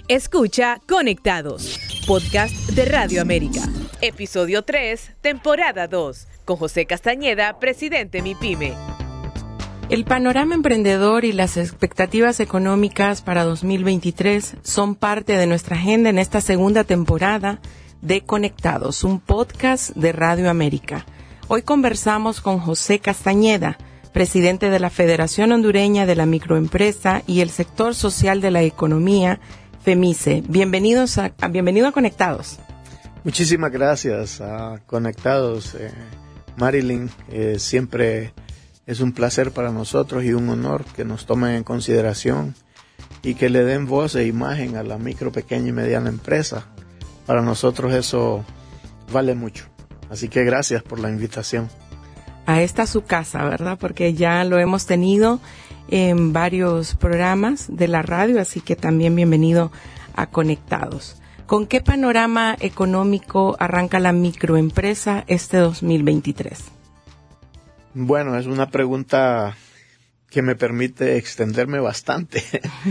Escucha Conectados, podcast de Radio América. Episodio 3, temporada 2, con José Castañeda, presidente MIPYME. El panorama emprendedor y las expectativas económicas para 2023 son parte de nuestra agenda en esta segunda temporada de Conectados, un podcast de Radio América. Hoy conversamos con José Castañeda, presidente de la Federación Hondureña de la Microempresa y el Sector Social de la Economía, FEMICE. Bienvenido a Conectados. Muchísimas gracias a Conectados, Marilyn. Siempre es un placer para nosotros y un honor que nos tomen en consideración y que le den voz e imagen a la micro, pequeña y mediana empresa. Para nosotros eso vale mucho. Así que gracias por la invitación. A esta su casa, ¿verdad? Porque ya lo hemos tenido en varios programas de la radio, así que también bienvenido a Conectados. ¿Con qué panorama económico arranca la microempresa este 2023? Bueno, es una pregunta que me permite extenderme bastante.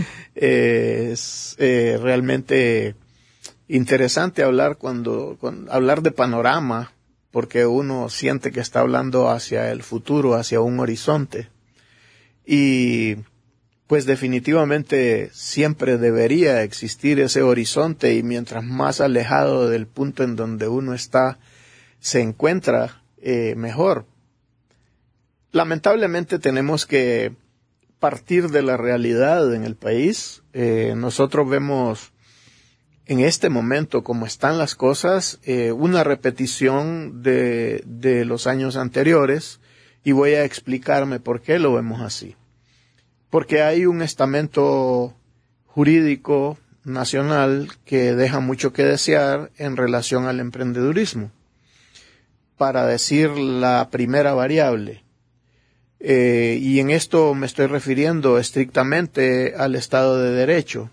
Es realmente interesante hablar hablar de panorama, porque uno siente que está hablando hacia el futuro, hacia un horizonte. Y pues definitivamente siempre debería existir ese horizonte, y mientras más alejado del punto en donde uno está se encuentra, mejor. Lamentablemente tenemos que partir de la realidad en el país. Nosotros vemos en este momento, como están las cosas, una repetición de los años anteriores, y voy a explicarme por qué lo vemos así. Porque hay un estamento jurídico nacional que deja mucho que desear en relación al emprendedurismo. Para decir la primera variable, y en esto me estoy refiriendo estrictamente al Estado de Derecho.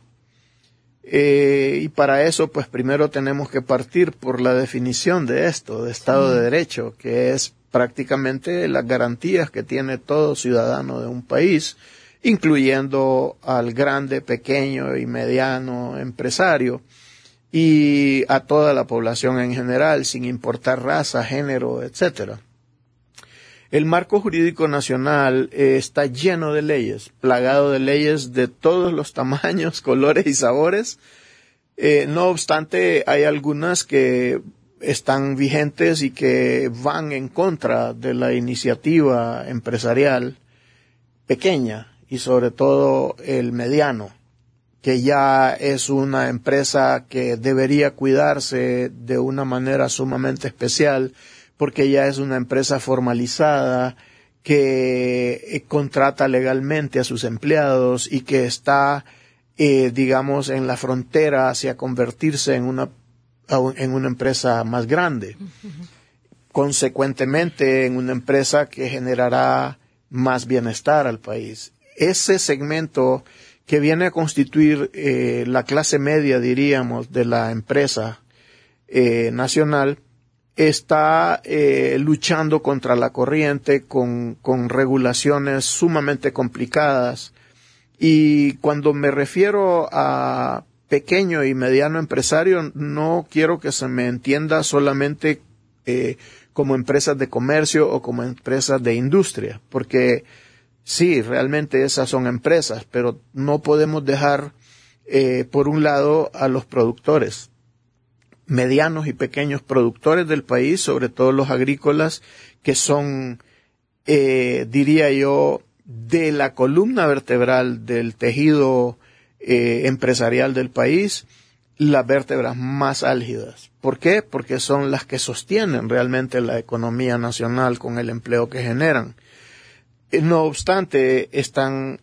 Y para eso, pues primero tenemos que partir por la definición de esto, de Estado de Derecho, que es prácticamente las garantías que tiene todo ciudadano de un país, incluyendo al grande, pequeño y mediano empresario, y a toda la población en general, sin importar raza, género, etcétera. El marco jurídico nacional está lleno de leyes, plagado de leyes de todos los tamaños, colores y sabores. No obstante, hay algunas que están vigentes y que van en contra de la iniciativa empresarial pequeña y sobre todo el mediano, que ya es una empresa que debería cuidarse de una manera sumamente especial, porque ya es una empresa formalizada que contrata legalmente a sus empleados y que está, digamos, en la frontera hacia convertirse en una empresa más grande. Consecuentemente, en una empresa que generará más bienestar al país. Ese segmento que viene a constituir la clase media, diríamos, de la empresa nacional, está luchando contra la corriente con regulaciones sumamente complicadas. Y cuando me refiero a pequeño y mediano empresario, no quiero que se me entienda solamente como empresas de comercio o como empresas de industria, porque sí, realmente esas son empresas, pero no podemos dejar por un lado a los productores, medianos y pequeños productores del país, sobre todo los agrícolas, que son, diría yo, de la columna vertebral del tejido empresarial del país, las vértebras más álgidas. ¿Por qué? Porque son las que sostienen realmente la economía nacional con el empleo que generan. No obstante, están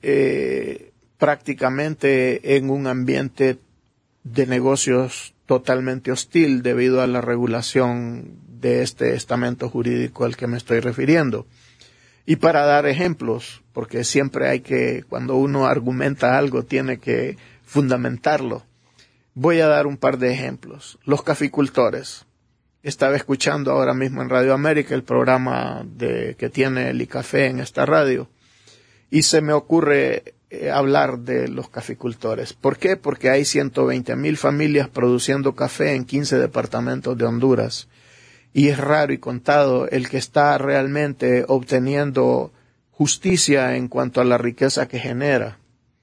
prácticamente en un ambiente de negocios totalmente hostil debido a la regulación de este estamento jurídico al que me estoy refiriendo. Y para dar ejemplos, porque siempre hay que, cuando uno argumenta algo, tiene que fundamentarlo. Voy a dar un par de ejemplos. Los caficultores. Estaba escuchando ahora mismo en Radio América el programa que tiene el ICAFE en esta radio, y se me ocurre hablar de los caficultores. ¿Por qué? Porque hay 120,000 familias produciendo café en 15 departamentos de Honduras. Y es raro y contado el que está realmente obteniendo justicia en cuanto a la riqueza que genera.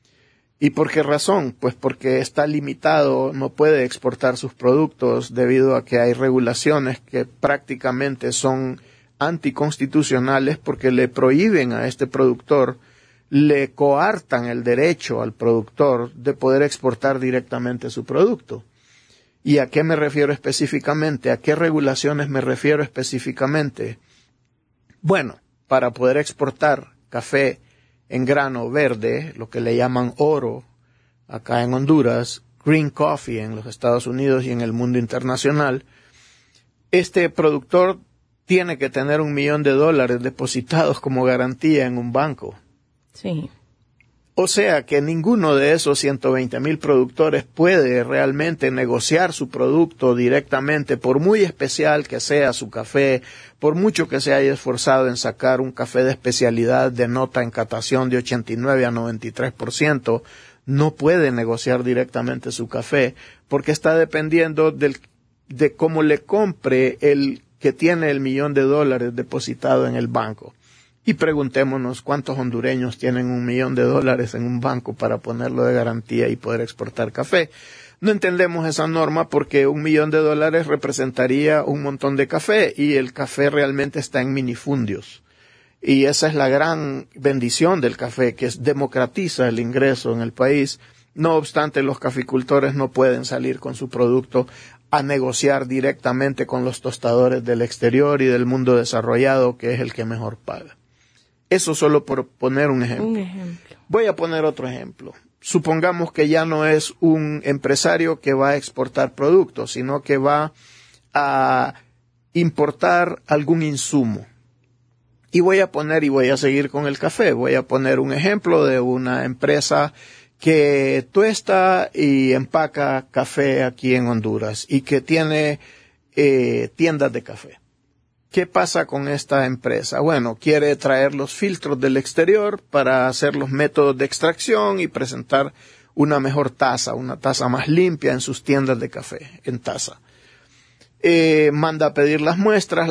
¿Y por qué razón? Pues porque está limitado, no puede exportar sus productos debido a que hay regulaciones que prácticamente son anticonstitucionales porque le prohíben a este productor, le coartan el derecho al productor de poder exportar directamente su producto. ¿Y a qué me refiero específicamente? ¿A qué regulaciones me refiero específicamente? Bueno, para poder exportar café en grano verde, lo que le llaman oro, acá en Honduras, green coffee en los Estados Unidos y en el mundo internacional, este productor tiene que tener $1 millón depositados como garantía en un banco. Sí. O sea que ninguno de esos 120,000 productores puede realmente negociar su producto directamente, por muy especial que sea su café, por mucho que se haya esforzado en sacar un café de especialidad de nota en catación de 89 a 93%, no puede negociar directamente su café, porque está dependiendo de cómo le compre el que tiene $1 millón depositado en el banco. Y preguntémonos cuántos hondureños tienen $1 millón en un banco para ponerlo de garantía y poder exportar café. No entendemos esa norma porque $1 millón representaría un montón de café y el café realmente está en minifundios. Y esa es la gran bendición del café, que democratiza el ingreso en el país. No obstante, los caficultores no pueden salir con su producto a negociar directamente con los tostadores del exterior y del mundo desarrollado, que es el que mejor paga. Eso solo por poner un ejemplo. Voy a poner otro ejemplo. Supongamos que ya no es un empresario que va a exportar productos, sino que va a importar algún insumo. Y voy a seguir con el café. Voy a poner un ejemplo de una empresa que tuesta y empaca café aquí en Honduras y que tiene tiendas de café. ¿Qué pasa con esta empresa? Bueno, quiere traer los filtros del exterior para hacer los métodos de extracción y presentar una mejor taza, una taza más limpia en sus tiendas de café, en taza. Manda a pedir las muestras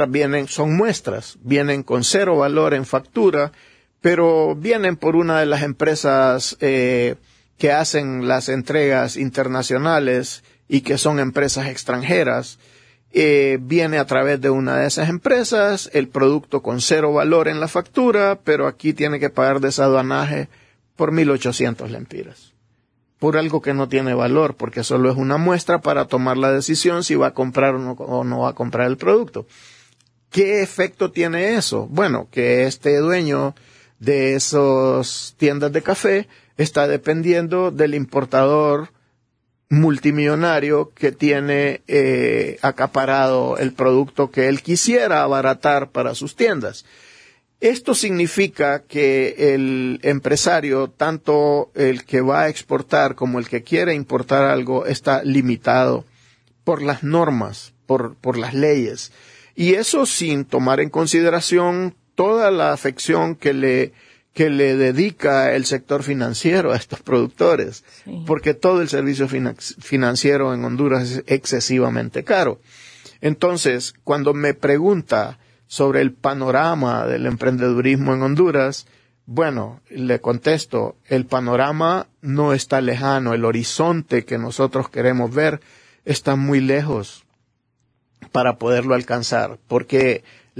vienen con 0 valor en factura, pero vienen por una de las empresas que hacen las entregas internacionales y que son empresas extranjeras. Viene a través de una de esas empresas, el producto con 0 valor en la factura, pero aquí tiene que pagar desaduanaje por 1,800 lempiras. Por algo que no tiene valor, porque solo es una muestra para tomar la decisión si va a comprar o no va a comprar el producto. ¿Qué efecto tiene eso? Bueno, que este dueño de esas tiendas de café está dependiendo del importador multimillonario que tiene acaparado el producto que él quisiera abaratar para sus tiendas. Esto significa que el empresario, tanto el que va a exportar como el que quiere importar algo, está limitado por las normas, por las leyes. Y eso sin tomar en consideración toda la afección que le dedica el sector financiero a estos productores, sí, porque todo el servicio financiero en Honduras es excesivamente caro. Entonces, cuando me pregunta sobre el panorama del emprendedurismo en Honduras, bueno, le contesto, el panorama no está lejano, el horizonte que nosotros queremos ver está muy lejos para poderlo alcanzar, porque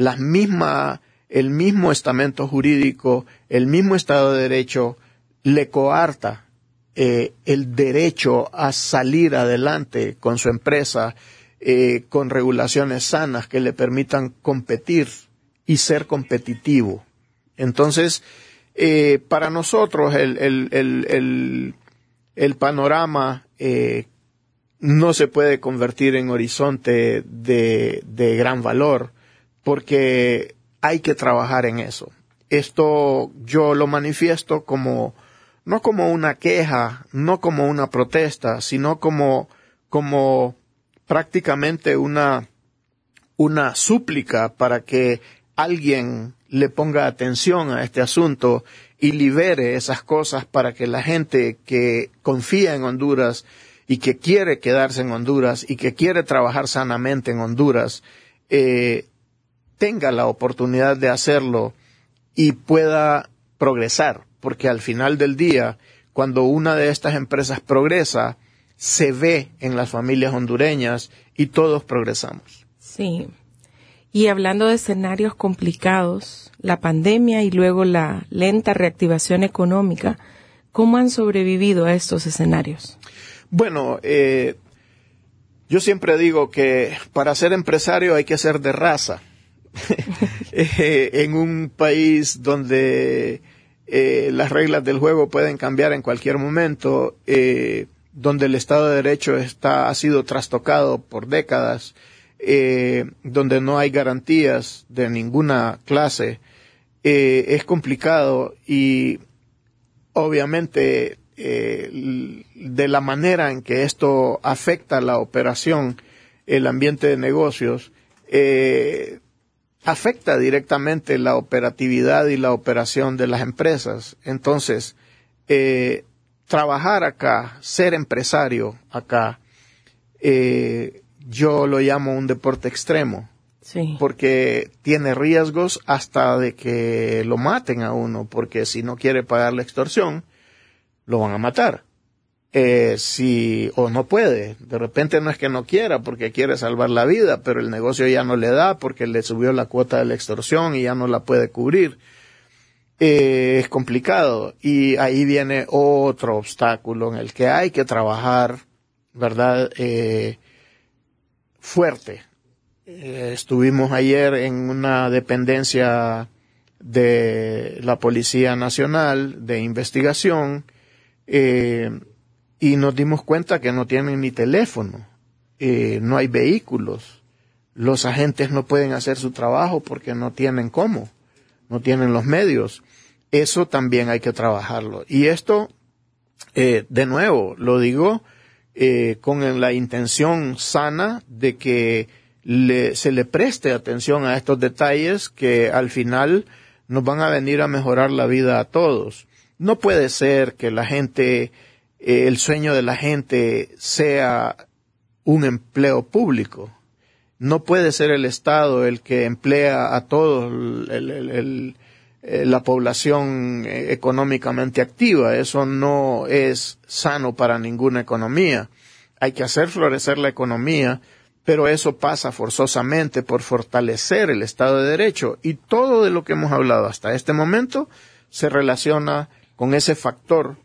el mismo estamento jurídico, el mismo Estado de Derecho le coarta el derecho a salir adelante con su empresa, con regulaciones sanas que le permitan competir y ser competitivo. Entonces, para nosotros el panorama no se puede convertir en horizonte de gran valor, porque hay que trabajar en eso. Esto yo lo manifiesto no como una queja, no como una protesta, sino como prácticamente una súplica para que alguien le ponga atención a este asunto y libere esas cosas para que la gente que confía en Honduras y que quiere quedarse en Honduras y que quiere trabajar sanamente en Honduras, tenga la oportunidad de hacerlo y pueda progresar, porque al final del día, cuando una de estas empresas progresa, se ve en las familias hondureñas y todos progresamos. Sí. Y hablando de escenarios complicados, la pandemia y luego la lenta reactivación económica, ¿cómo han sobrevivido a estos escenarios? Bueno, yo siempre digo que para ser empresario hay que ser de raza. En un país donde las reglas del juego pueden cambiar en cualquier momento, donde el Estado de Derecho ha sido trastocado por décadas, donde no hay garantías de ninguna clase, es complicado y obviamente de la manera en que esto afecta la operación, el ambiente de negocios, afecta directamente la operatividad y la operación de las empresas. Entonces, trabajar acá, ser empresario acá, yo lo llamo un deporte extremo. Sí. Porque tiene riesgos hasta de que lo maten a uno, porque si no quiere pagar la extorsión, lo van a matar. O no puede. De repente no es que no quiera porque quiere salvar la vida, pero el negocio ya no le da porque le subió la cuota de la extorsión y ya no la puede cubrir. Es complicado y ahí viene otro obstáculo en el que hay que trabajar, ¿verdad? Fuerte. Estuvimos ayer en una dependencia de la Policía Nacional de Investigación y nos dimos cuenta que no tienen ni teléfono, no hay vehículos, los agentes no pueden hacer su trabajo porque no tienen cómo, no tienen los medios. Eso también hay que trabajarlo. Y esto, de nuevo, lo digo con la intención sana de que se le preste atención a estos detalles que al final nos van a venir a mejorar la vida a todos. No puede ser que la gente, el sueño de la gente sea un empleo público. No puede ser el Estado el que emplea a todos la población económicamente activa. Eso no es sano para ninguna economía. Hay que hacer florecer la economía, pero eso pasa forzosamente por fortalecer el Estado de Derecho, y todo de lo que hemos hablado hasta este momento se relaciona con ese factor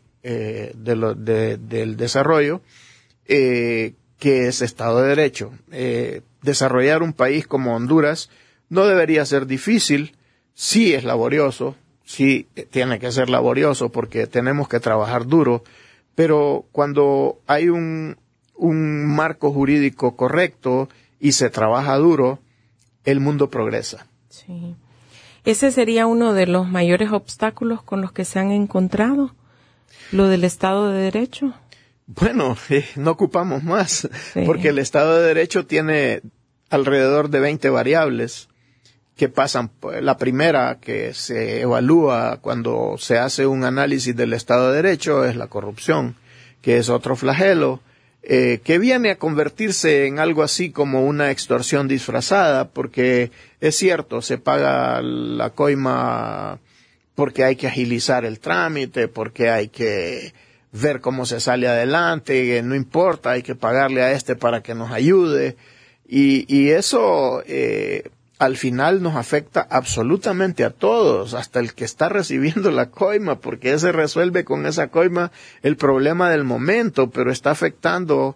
del desarrollo que es Estado de Derecho. Desarrollar un país como Honduras no debería ser difícil, sí es laborioso, sí tiene que ser laborioso porque tenemos que trabajar duro, pero cuando hay un marco jurídico correcto y se trabaja duro, el mundo progresa. Sí. ¿Ese sería uno de los mayores obstáculos con los que se han encontrado? ¿Lo del Estado de Derecho? Bueno, no ocupamos más, sí, porque el Estado de Derecho tiene alrededor de 20 variables que pasan. La primera que se evalúa cuando se hace un análisis del Estado de Derecho es la corrupción, que es otro flagelo, que viene a convertirse en algo así como una extorsión disfrazada, porque es cierto, se paga la coima porque hay que agilizar el trámite, porque hay que ver cómo se sale adelante, no importa, hay que pagarle a este para que nos ayude, y eso al final nos afecta absolutamente a todos, hasta el que está recibiendo la coima, porque se resuelve con esa coima el problema del momento, pero está afectando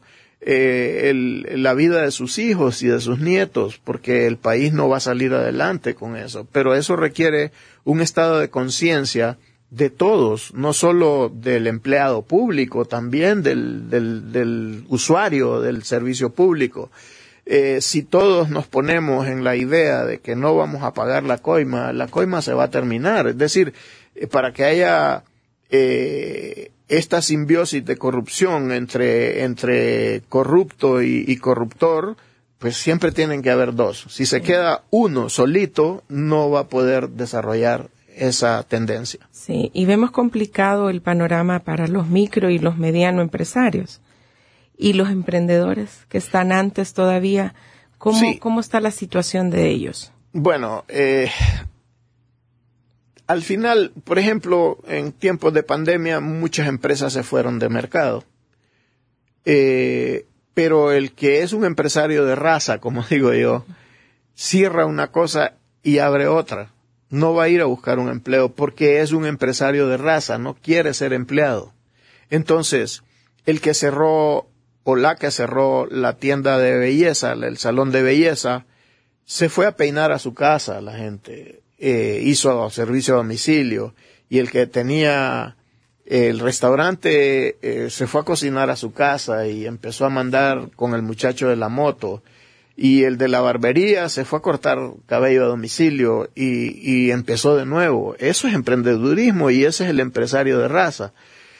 la vida de sus hijos y de sus nietos, porque el país no va a salir adelante con eso. Pero eso requiere un estado de conciencia de todos, no solo del empleado público, también del usuario del servicio público. Si todos nos ponemos en la idea de que no vamos a pagar la coima se va a terminar. Es decir, para que haya esta simbiosis de corrupción entre corrupto y corruptor, pues siempre tienen que haber dos. Si se queda uno solito, no va a poder desarrollar esa tendencia. Sí, y vemos complicado el panorama para los micro y los mediano empresarios. Y los emprendedores que están antes todavía, ¿cómo está la situación de ellos? Bueno, al final, por ejemplo, en tiempos de pandemia, muchas empresas se fueron de mercado. Pero el que es un empresario de raza, como digo yo, cierra una cosa y abre otra. No va a ir a buscar un empleo porque es un empresario de raza, no quiere ser empleado. Entonces, el que cerró o la que cerró la tienda de belleza, el salón de belleza, se fue a peinar a su casa la gente, hizo servicio a domicilio, y el que tenía el restaurante se fue a cocinar a su casa y empezó a mandar con el muchacho de la moto, y el de la barbería se fue a cortar cabello a domicilio y empezó de nuevo. Eso es emprendedurismo y ese es el empresario de raza.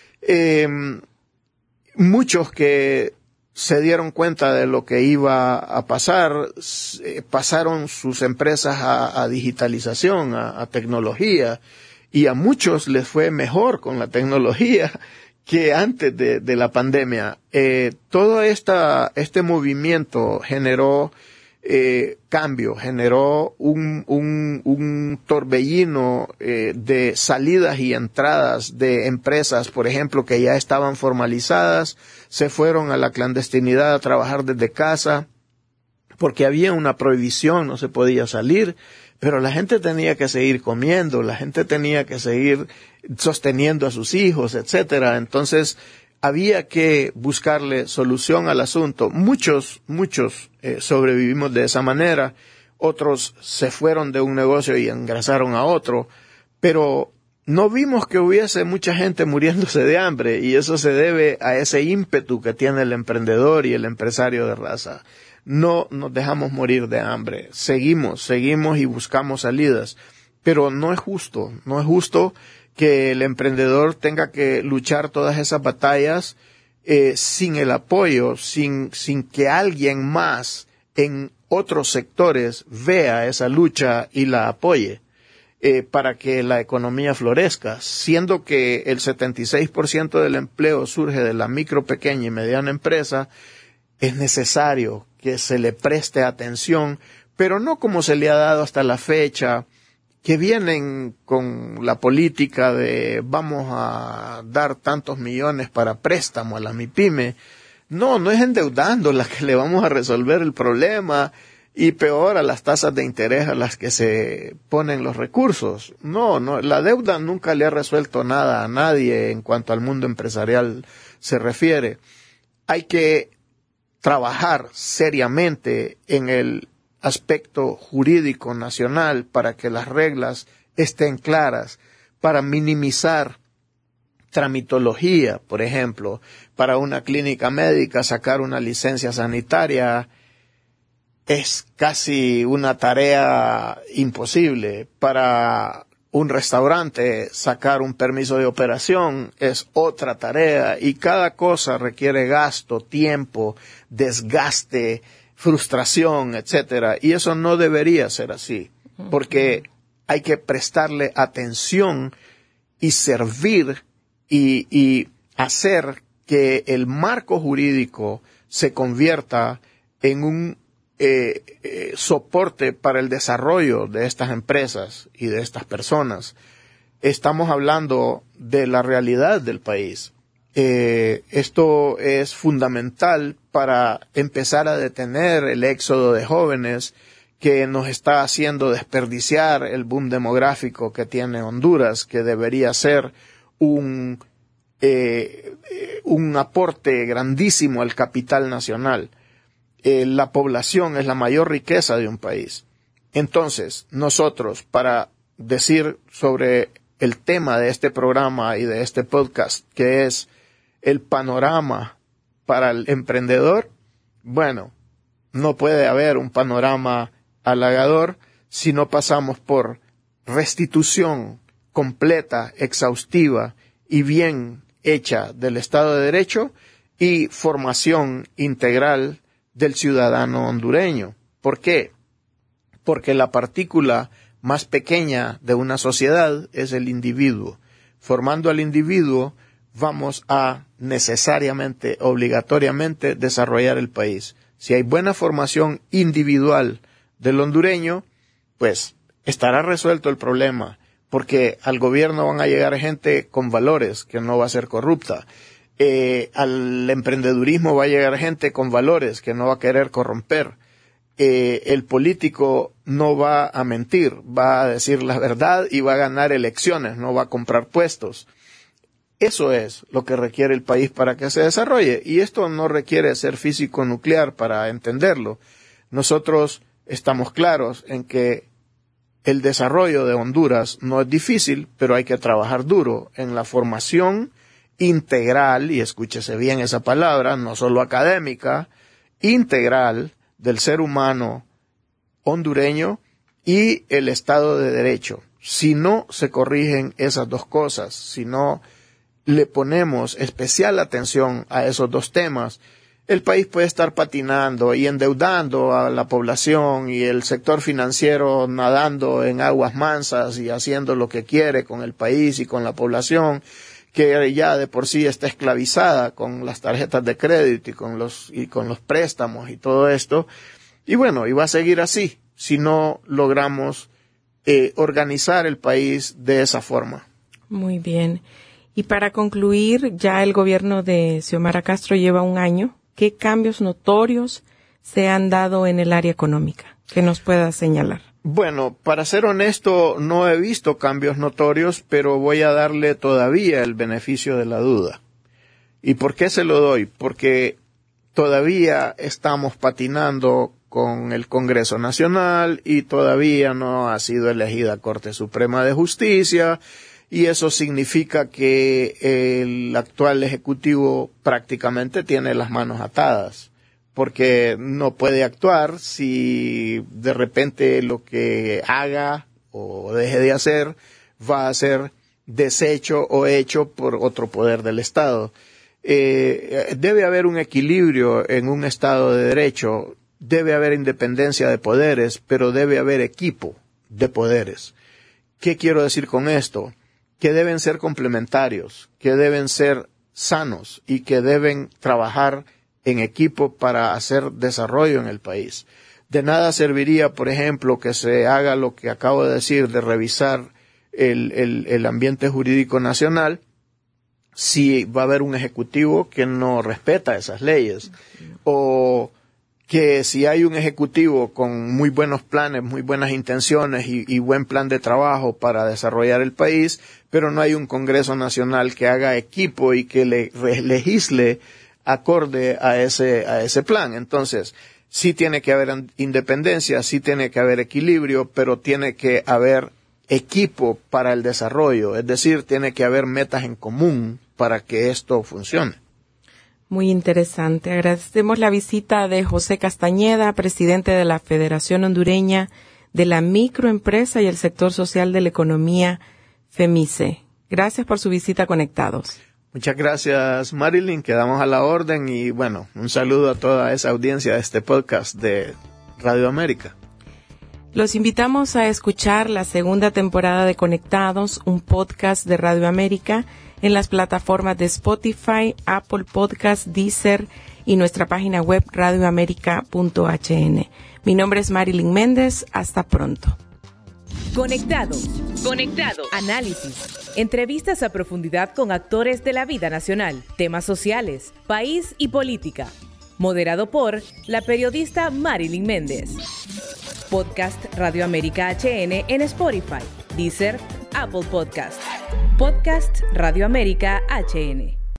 Muchos que se dieron cuenta de lo que iba a pasar, pasaron sus empresas a digitalización, a tecnología, y a muchos les fue mejor con la tecnología que antes de la pandemia. Todo este movimiento generó cambio, generó un torbellino de salidas y entradas de empresas, por ejemplo, que ya estaban formalizadas, se fueron a la clandestinidad a trabajar desde casa, porque había una prohibición, no se podía salir, pero la gente tenía que seguir comiendo, la gente tenía que seguir sosteniendo a sus hijos, etcétera. Entonces, había que buscarle solución al asunto. Muchos sobrevivimos de esa manera. Otros se fueron de un negocio y engrasaron a otro. Pero no vimos que hubiese mucha gente muriéndose de hambre, y eso se debe a ese ímpetu que tiene el emprendedor y el empresario de raza. No nos dejamos morir de hambre. Seguimos y buscamos salidas. Pero no es justo que el emprendedor tenga que luchar todas esas batallas sin el apoyo, sin que alguien más en otros sectores vea esa lucha y la apoye para que la economía florezca, siendo que el 76% del empleo surge de la micro, pequeña y mediana empresa. Es necesario que se le preste atención, pero no como se le ha dado hasta la fecha, que vienen con la política de vamos a dar tantos millones para préstamo a la MIPYME. No es endeudándola que le vamos a resolver el problema, y peor a las tasas de interés a las que se ponen los recursos. No, la deuda nunca le ha resuelto nada a nadie en cuanto al mundo empresarial se refiere. Hay que trabajar seriamente en el aspecto jurídico nacional para que las reglas estén claras, para minimizar tramitología, por ejemplo, para una clínica médica sacar una licencia sanitaria es casi una tarea imposible. Para un restaurante sacar un permiso de operación es otra tarea, y cada cosa requiere gasto, tiempo, desgaste, frustración, etcétera, y eso no debería ser así, porque hay que prestarle atención y servir y hacer que el marco jurídico se convierta en un soporte para el desarrollo de estas empresas y de estas personas. Estamos hablando de la realidad del país. Esto es fundamental para empezar a detener el éxodo de jóvenes que nos está haciendo desperdiciar el boom demográfico que tiene Honduras, que debería ser un aporte grandísimo al capital nacional. La población es la mayor riqueza de un país. Entonces, nosotros, para decir sobre el tema de este programa y de este podcast, que es el panorama para el emprendedor, bueno, no puede haber un panorama halagador si no pasamos por restitución completa, exhaustiva y bien hecha del Estado de Derecho y formación integral del ciudadano hondureño. ¿Por qué? Porque la partícula más pequeña de una sociedad es el individuo. Formando al individuo, vamos a necesariamente, obligatoriamente, desarrollar el país. Si hay buena formación individual del hondureño, pues estará resuelto el problema, porque al gobierno van a llegar gente con valores, que no va a ser corrupta. Al emprendedurismo va a llegar gente con valores, que no va a querer corromper. El político no va a mentir, va a decir la verdad y va a ganar elecciones, no va a comprar puestos. Eso es lo que requiere el país para que se desarrolle, y esto no requiere ser físico nuclear para entenderlo. Nosotros estamos claros en que el desarrollo de Honduras no es difícil, pero hay que trabajar duro en la formación integral, y escúchese bien esa palabra, no solo académica, integral del ser humano hondureño y el Estado de Derecho. Si no se corrigen esas dos cosas, si no le ponemos especial atención a esos dos temas, el país puede estar patinando y endeudando a la población y el sector financiero nadando en aguas mansas y haciendo lo que quiere con el país y con la población, que ya de por sí está esclavizada con las tarjetas de crédito y con los préstamos y todo esto. Y bueno, y va a seguir así si no logramos organizar el país de esa forma. Muy bien. Y para concluir, ya el gobierno de Xiomara Castro lleva un año. ¿Qué cambios notorios se han dado en el área económica que nos pueda señalar? Bueno, para ser honesto, no he visto cambios notorios, pero voy a darle todavía el beneficio de la duda. ¿Y por qué se lo doy? Porque todavía estamos patinando con el Congreso Nacional y todavía no ha sido elegida Corte Suprema de Justicia, y eso significa que el actual Ejecutivo prácticamente tiene las manos atadas, porque no puede actuar si de repente lo que haga o deje de hacer va a ser deshecho o hecho por otro poder del Estado. Debe haber un equilibrio en un Estado de Derecho, debe haber independencia de poderes, pero debe haber equipo de poderes. ¿Qué quiero decir con esto? Que deben ser complementarios, que deben ser sanos y que deben trabajar en equipo para hacer desarrollo en el país. De nada serviría, por ejemplo, que se haga lo que acabo de decir, de revisar el ambiente jurídico nacional, si va a haber un ejecutivo que no respeta esas leyes, o que si hay un ejecutivo con muy buenos planes, muy buenas intenciones y buen plan de trabajo para desarrollar el país, pero no hay un Congreso Nacional que haga equipo y que legisle acorde a ese plan. Entonces, sí tiene que haber independencia, sí tiene que haber equilibrio, pero tiene que haber equipo para el desarrollo, es decir, tiene que haber metas en común para que esto funcione. Muy interesante. Agradecemos la visita de José Castañeda, presidente de la Federación Hondureña de la Microempresa y el Sector Social de la Economía, FEMICE. Gracias por su visita a Conectados. Muchas gracias, Marilyn. Quedamos a la orden y, bueno, un saludo a toda esa audiencia de este podcast de Radio América. Los invitamos a escuchar la segunda temporada de Conectados, un podcast de Radio América, en las plataformas de Spotify, Apple Podcast, Deezer y nuestra página web radioamerica.hn. Mi nombre es Marilyn Méndez. Hasta pronto. Conectados. Análisis. Entrevistas a profundidad con actores de la vida nacional, temas sociales, país y política. Moderado por la periodista Marilyn Méndez. Podcast Radio América HN en Spotify, Deezer, Apple Podcast. Podcast Radio América HN.